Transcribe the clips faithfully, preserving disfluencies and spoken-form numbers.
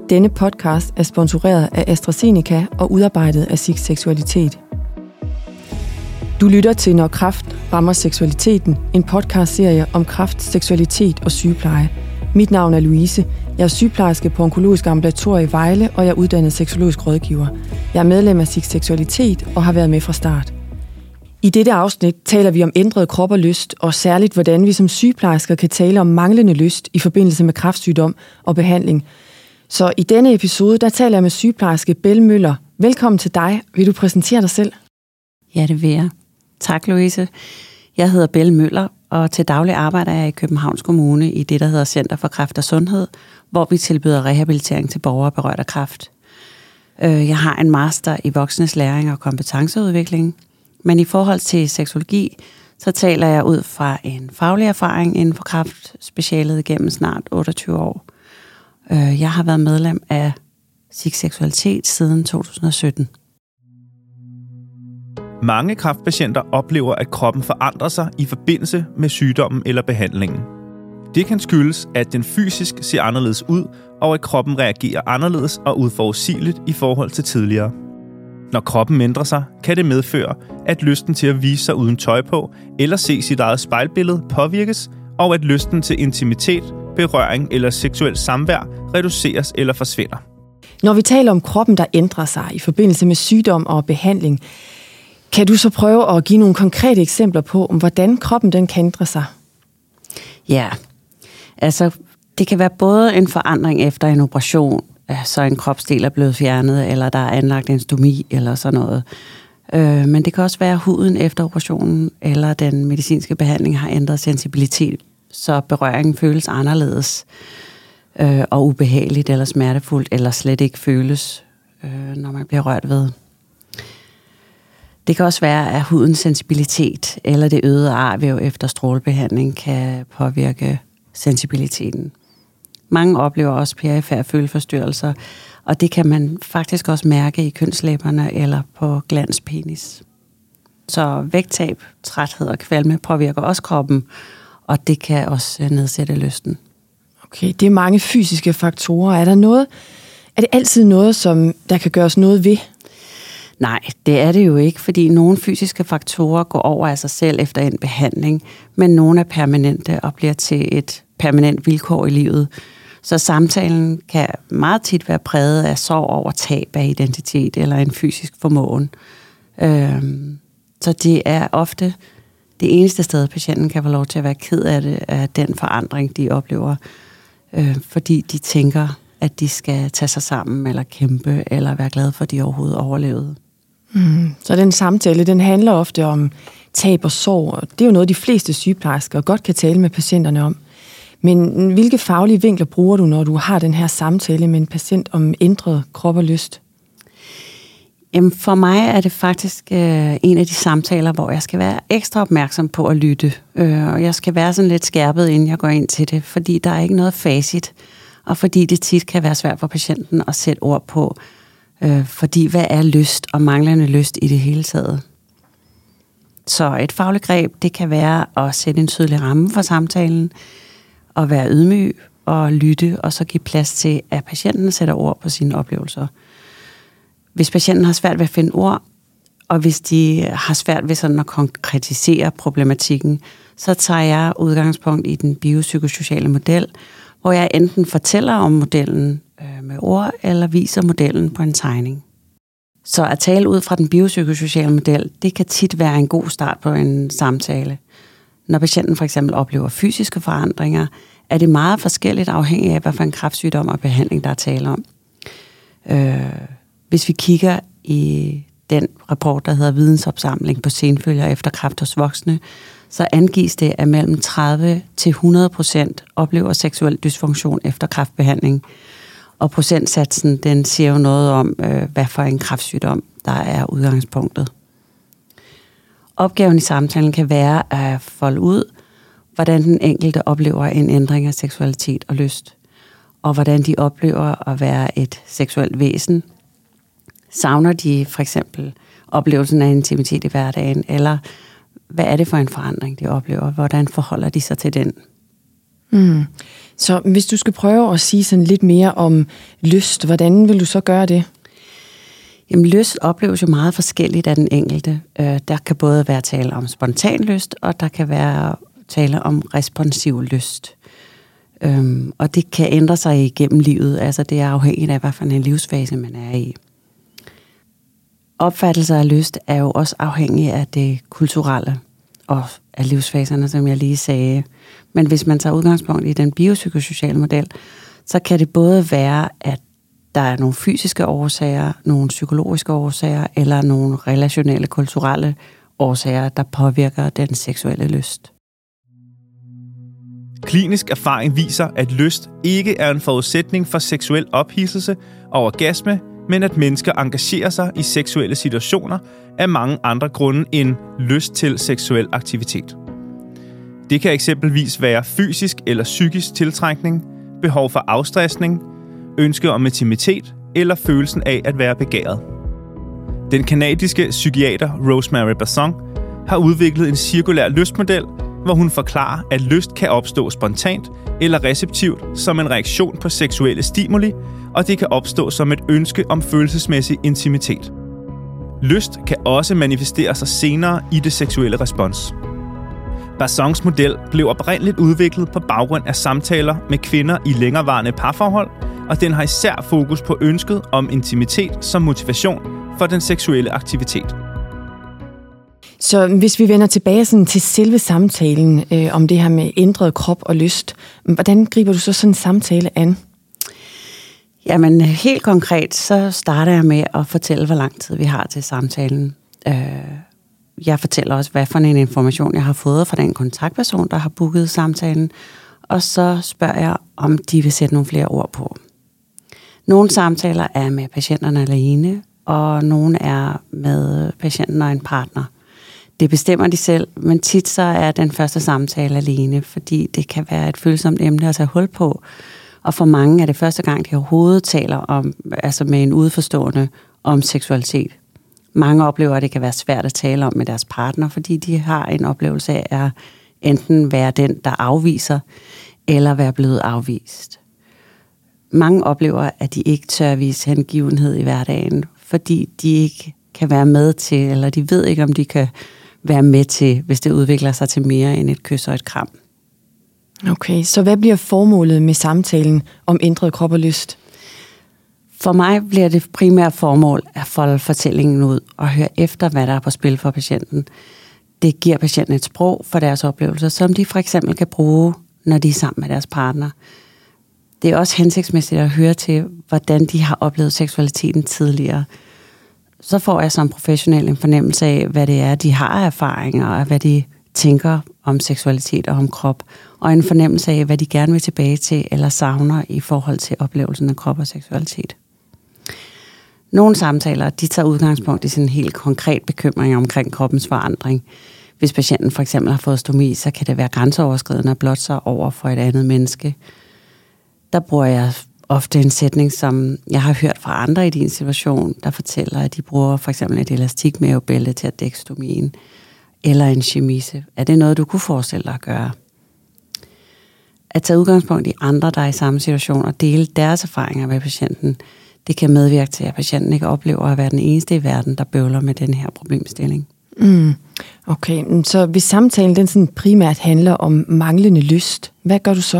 Denne podcast er sponsoreret af AstraZeneca og udarbejdet af SIX Seksualitet. Du lytter til Når kræft rammer seksualiteten, en podcastserie om kræft, seksualitet og sygepleje. Mit navn er Louise. Jeg er sygeplejerske på Onkologisk Ambulatorium i Vejle, og jeg er uddannet seksologisk rådgiver. Jeg er medlem af SIX Seksualitet og har været med fra start. I dette afsnit taler vi om ændret krop og lyst, og særligt hvordan vi som sygeplejersker kan tale om manglende lyst i forbindelse med kræftsygdom og behandling. Så i denne episode, der taler jeg med sygeplejerske Belle Møller. Velkommen til dig. Vil du præsentere dig selv? Ja, det vil jeg. Tak, Louise. Jeg hedder Belle Møller, og til daglig arbejder jeg i Københavns Kommune i det, der hedder Center for Kræft og Sundhed, hvor vi tilbyder rehabilitering til borgere berørt af kræft. Jeg har en master i voksnes læring og kompetenceudvikling, men i forhold til seksologi, så taler jeg ud fra en faglig erfaring inden for kræftspecialet gennem snart otteogtyve år. Jeg har været medlem af SIX Seksualitet siden to tusind og sytten. Mange kræftpatienter oplever, at kroppen forandrer sig i forbindelse med sygdommen eller behandlingen. Det kan skyldes, at den fysisk ser anderledes ud, og at kroppen reagerer anderledes og uforudsigeligt i forhold til tidligere. Når kroppen ændrer sig, kan det medføre, at lysten til at vise sig uden tøj på eller se sit eget spejlbillede påvirkes, og at lysten til intimitet, berøring eller seksuelt samvær reduceres eller forsvinder. Når vi taler om kroppen, der ændrer sig i forbindelse med sygdom og behandling, kan du så prøve at give nogle konkrete eksempler på, om hvordan kroppen den kan ændre sig? Ja, altså det kan være både en forandring efter en operation, så en kropsdel er blevet fjernet, eller der er anlagt en stomi eller sådan noget. Øh, men det kan også være huden efter operationen, eller den medicinske behandling har ændret sensibilitet, så berøringen føles anderledes øh, og ubehageligt eller smertefuldt, eller slet ikke føles, øh, når man bliver rørt ved. Det kan også være, at hudens sensibilitet eller det øgede arvæv efter strålebehandling kan påvirke sensibiliteten. Mange oplever også perifære føleforstyrrelser, og det kan man faktisk også mærke i kønslæberne eller på glanspenis. Så vægttab, træthed og kvalme påvirker også kroppen, og det kan også nedsætte lysten. Okay, det er mange fysiske faktorer. Er der noget, er det altid noget, som der kan gøres noget ved? Nej, det er det jo ikke, fordi nogle fysiske faktorer går over af sig selv efter en behandling, men nogle er permanente og bliver til et permanent vilkår i livet. Så samtalen kan meget tit være præget af sorg over tab af identitet eller en fysisk formåen. Øhm, så det er ofte det eneste sted, patienten kan få lov til at være ked af det, af den forandring, de oplever, øh, fordi de tænker, at de skal tage sig sammen eller kæmpe, eller være glade for, at de overhovedet overlevede. Mm, så den samtale, den handler ofte om tab og sorg, og det er jo noget, de fleste sygeplejersker godt kan tale med patienterne om. Men hvilke faglige vinkler bruger du, når du har den her samtale med en patient om ændret krop og lyst? Jamen for mig er det faktisk øh, en af de samtaler, hvor jeg skal være ekstra opmærksom på at lytte. Øh, og jeg skal være sådan lidt skærpet, inden jeg går ind til det, fordi der er ikke noget facit. Og fordi det tit kan være svært for patienten at sætte ord på. Øh, fordi hvad er lyst og manglende lyst i det hele taget? Så et fagligt greb, det kan være at sætte en tydelig ramme for samtalen, og være ydmyg og lytte, og så give plads til, at patienten sætter ord på sine oplevelser. Hvis patienten har svært ved at finde ord, og hvis de har svært ved sådan at konkretisere problematikken, så tager jeg udgangspunkt i den biopsykosociale model, hvor jeg enten fortæller om modellen øh, med ord, eller viser modellen på en tegning. Så at tale ud fra den biopsykosociale model, det kan tit være en god start på en samtale. Når patienten for eksempel oplever fysiske forandringer, er det meget forskelligt afhængigt af, hvad for en kræftsygdom og behandling, der er tale om. Øh, hvis vi kigger i den rapport, der hedder Vidensopsamling på senfølger efter kræft hos voksne, så angives det, at mellem tredive til hundrede procent oplever seksuel dysfunktion efter kræftbehandling. Og procentsatsen, den siger jo noget om, øh, hvad for en kræftsygdom, der er udgangspunktet. Opgaven i samtalen kan være at folde ud, hvordan den enkelte oplever en ændring af seksualitet og lyst, og hvordan de oplever at være et seksuelt væsen. Savner de for eksempel oplevelsen af intimitet i hverdagen, eller hvad er det for en forandring, de oplever? Hvordan forholder de sig til den? Mm. Så hvis du skal prøve at sige sådan lidt mere om lyst, hvordan vil du så gøre det? Jamen, lyst opleves jo meget forskelligt af den enkelte. Øh, der kan både være tale om spontan lyst, og der kan være tale om responsiv lyst. Øhm, og det kan ændre sig igennem livet. Altså, det er afhængigt af, hvad for en livsfase man er i. Opfattelser af lyst er jo også afhængige af det kulturelle og af livsfaserne, som jeg lige sagde. Men hvis man tager udgangspunkt i den biopsykosociale model, så kan det både være, at der er nogle fysiske årsager, nogle psykologiske årsager, eller nogle relationelle, kulturelle årsager, der påvirker den seksuelle lyst. Klinisk erfaring viser, at lyst ikke er en forudsætning for seksuel ophidselse og orgasme, men at mennesker engagerer sig i seksuelle situationer af mange andre grunde end lyst til seksuel aktivitet. Det kan eksempelvis være fysisk eller psykisk tiltrækning, behov for afstressning, ønske om intimitet eller følelsen af at være begæret. Den canadiske psykiater Rosemary Basson har udviklet en cirkulær lystmodel, hvor hun forklarer, at lyst kan opstå spontant eller receptivt som en reaktion på seksuelle stimuli, og det kan opstå som et ønske om følelsesmæssig intimitet. Lyst kan også manifestere sig senere i det seksuelle respons. Bassons model blev oprindeligt udviklet på baggrund af samtaler med kvinder i længerevarende parforhold, og den har især fokus på ønsket om intimitet som motivation for den seksuelle aktivitet. Så hvis vi vender tilbage sådan til selve samtalen øh, om det her med ændret krop og lyst, hvordan griber du så sådan en samtale an? Jamen helt konkret, så starter jeg med at fortælle, hvor lang tid vi har til samtalen. Jeg fortæller også, hvad for en information jeg har fået fra den kontaktperson, der har booket samtalen, og så spørger jeg, om de vil sætte nogle flere ord på. Nogle samtaler er med patienterne alene, og nogle er med patienten og en partner. Det bestemmer de selv, men tit så er den første samtale alene, fordi det kan være et følsomt emne at tage hul på. Og for mange er det første gang, de overhovedet taler om, altså med en udforstående om seksualitet. Mange oplever, at det kan være svært at tale om med deres partner, fordi de har en oplevelse af at enten være den, der afviser, eller være blevet afvist. Mange oplever, at de ikke tør vise hengivenhed i hverdagen, fordi de ikke kan være med til, eller de ved ikke, om de kan være med til, hvis det udvikler sig til mere end et kys og et kram. Okay, så hvad bliver formålet med samtalen om ændret krop og lyst? For mig bliver det primære formål at folde fortællingen ud og høre efter, hvad der er på spil for patienten. Det giver patienten et sprog for deres oplevelser, som de for eksempel kan bruge, når de er sammen med deres partner. Det er også hensigtsmæssigt at høre til, hvordan de har oplevet seksualiteten tidligere. Så får jeg som professionel en fornemmelse af, hvad det er, de har af erfaringer, og hvad de tænker om seksualitet og om krop, og en fornemmelse af, hvad de gerne vil tilbage til eller savner i forhold til oplevelsen af krop og seksualitet. Nogle samtaler, de tager udgangspunkt i sådan en helt konkret bekymring omkring kroppens forandring. Hvis patienten for eksempel har fået stomi, så kan det være grænseoverskridende at blotte sig over for et andet menneske. Der bruger jeg ofte en sætning, som jeg har hørt fra andre i din situation, der fortæller, at de bruger for eksempel et elastikmavebælte til at dække stomien, eller en chemise. Er det noget, du kunne forestille dig at gøre? At tage udgangspunkt i andre, der er i samme situation, og dele deres erfaringer med patienten, det kan medvirke til, at patienten ikke oplever at være den eneste i verden, der bøvler med den her problemstilling. Mm. Okay, så hvis samtalen den sådan primært handler om manglende lyst, hvad gør du så?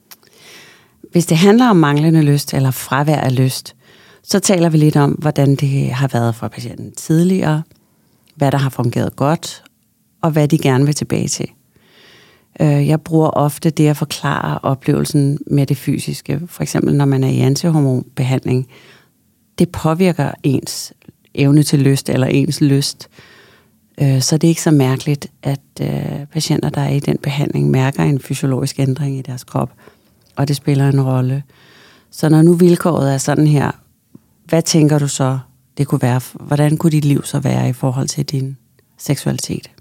Hvis det handler om manglende lyst eller fravær af lyst, så taler vi lidt om, hvordan det har været for patienten tidligere, hvad der har fungeret godt, og hvad de gerne vil tilbage til. Jeg bruger ofte det at forklare oplevelsen med det fysiske. For eksempel når man er i antihormonbehandling. Det påvirker ens evne til lyst eller ens lyst. Så det er ikke så mærkeligt, at patienter, der er i den behandling, mærker en fysiologisk ændring i deres krop. Og det spiller en rolle. Så når nu vilkåret er sådan her, hvad tænker du så, det kunne være? Hvordan kunne dit liv så være i forhold til din seksualitet?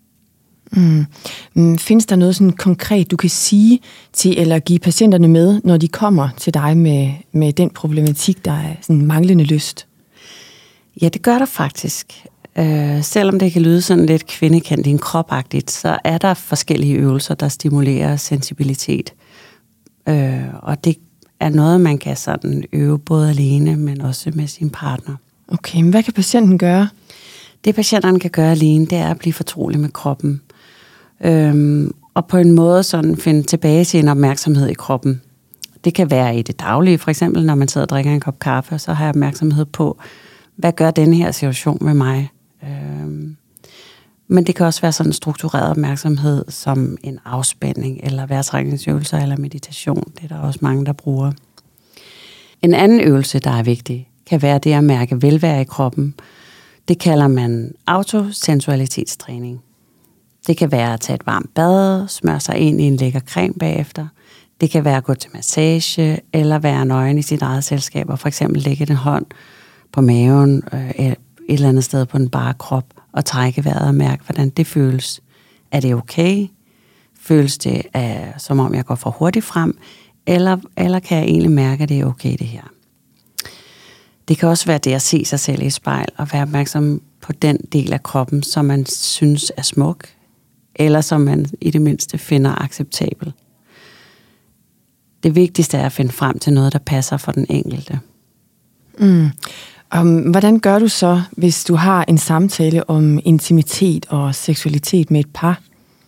Mm. Findes der noget sådan konkret, du kan sige til eller give patienterne med, når de kommer til dig med, med den problematik, der er sådan manglende lyst? Ja, det gør der faktisk. Øh, selvom det kan lyde sådan lidt kvindekendt i en kropagtigt, så er der forskellige øvelser, der stimulerer sensibilitet. Øh, og det er noget, man kan sådan øve både alene, men også med sin partner. Okay, men hvad kan patienten gøre? Det patienterne kan gøre alene, det er at blive fortrolig med kroppen. Øhm, og på en måde sådan finde tilbage til en opmærksomhed i kroppen. Det kan være i det daglige, for eksempel når man sidder og drikker en kop kaffe, så har jeg opmærksomhed på, hvad gør denne her situation med mig? Øhm, men det kan også være sådan en struktureret opmærksomhed, som en afspænding, eller vejrtrækningsøvelser, eller meditation. Det er der også mange, der bruger. En anden øvelse, der er vigtig, kan være det at mærke velvære i kroppen. Det kalder man autosensualitetstræning. Det kan være at tage et varmt bad, smøre sig ind i en lækker creme bagefter. Det kan være at gå til massage, eller være nøgen i sit eget selskab, og for eksempel lægge en hånd på maven, øh, et eller andet sted på den bare krop, og trække vejret og mærke, hvordan det føles. Er det okay? Føles det, øh, som om jeg går for hurtigt frem? Eller, eller kan jeg egentlig mærke, at det er okay det her? Det kan også være det at se sig selv i et spejl, og være opmærksom på den del af kroppen, som man synes er smuk, eller som man i det mindste finder acceptabel. Det vigtigste er at finde frem til noget, der passer for den enkelte. Mm. Um, hvordan gør du så, hvis du har en samtale om intimitet og seksualitet med et par?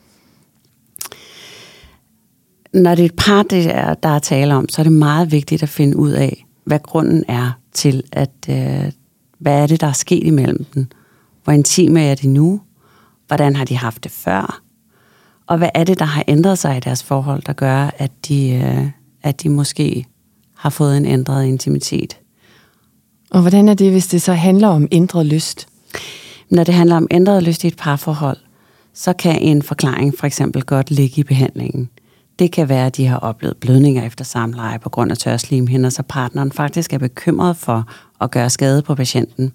Når det er et par, det er, der er tale om, så er det meget vigtigt at finde ud af, hvad grunden er til, at øh, hvad er det, der er sket imellem dem? Hvor intime er de nu? Hvordan har de haft det før? Og hvad er det, der har ændret sig i deres forhold, der gør, at de, øh, at de måske har fået en ændret intimitet? Og hvordan er det, hvis det så handler om ændret lyst? Når det handler om ændret lyst i et parforhold, så kan en forklaring for eksempel godt ligge i behandlingen. Det kan være, at de har oplevet blødninger efter samleje på grund af tør slimhinder, så partneren faktisk er bekymret for at gøre skade på patienten.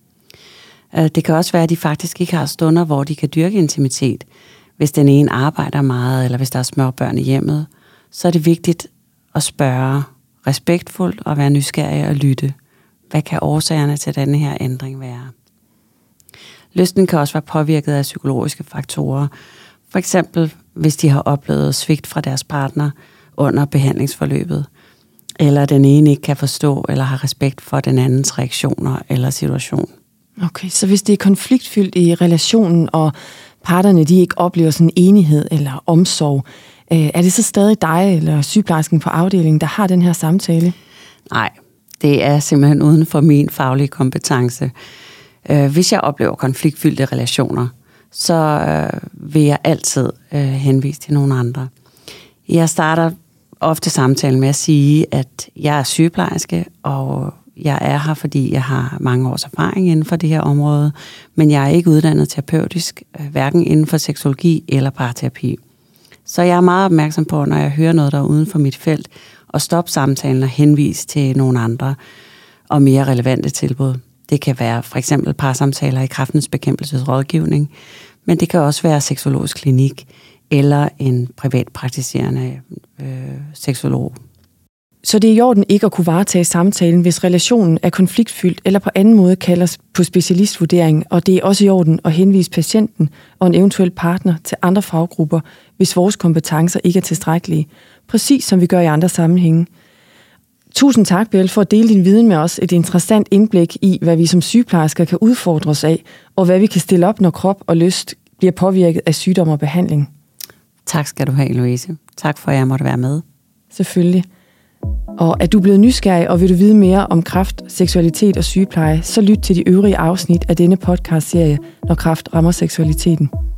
Det kan også være, at de faktisk ikke har stunder, hvor de kan dyrke intimitet. Hvis den ene arbejder meget, eller hvis der er små børn i hjemmet, så er det vigtigt at spørge respektfuldt og være nysgerrig og lytte. Hvad kan årsagerne til denne her ændring være? Lysten kan også være påvirket af psykologiske faktorer. For eksempel, hvis de har oplevet svigt fra deres partner under behandlingsforløbet, eller den ene ikke kan forstå eller har respekt for den andens reaktioner eller situation. Okay, så hvis det er konfliktfyldt i relationen, og parterne de ikke oplever sådan enighed eller omsorg, er det så stadig dig eller sygeplejersken på afdelingen, der har den her samtale? Nej, det er simpelthen uden for min faglige kompetence. Hvis jeg oplever konfliktfyldte relationer, så vil jeg altid henvise til nogle andre. Jeg starter ofte samtalen med at sige, at jeg er sygeplejerske, og jeg er her, fordi jeg har mange års erfaring inden for det her område, men jeg er ikke uddannet terapeutisk, hverken inden for seksologi eller parterapi. Så jeg er meget opmærksom på, når jeg hører noget, der er uden for mit felt, at stoppe samtalen og henvise til nogle andre og mere relevante tilbud. Det kan være for eksempel parsamtaler i Kræftens Bekæmpelses rådgivning, men det kan også være seksologisk klinik eller en privat praktiserende øh, seksolog. Så det er i orden ikke at kunne varetage samtalen, hvis relationen er konfliktfyldt eller på anden måde kaldes på specialistvurdering, og det er også i orden at henvise patienten og en eventuel partner til andre faggrupper, hvis vores kompetencer ikke er tilstrækkelige, præcis som vi gør i andre sammenhænge. Tusind tak, Belle, for at dele din viden med os. Et interessant indblik i, hvad vi som sygeplejersker kan udfordre os af, og hvad vi kan stille op, når krop og lyst bliver påvirket af sygdom og behandling. Tak skal du have, Louise. Tak for, at jeg måtte være med. Selvfølgelig. Og er du blevet nysgerrig, og vil du vide mere om kræft, seksualitet og sygepleje, så lyt til de øvrige afsnit af denne podcastserie, Når kræft rammer seksualiteten.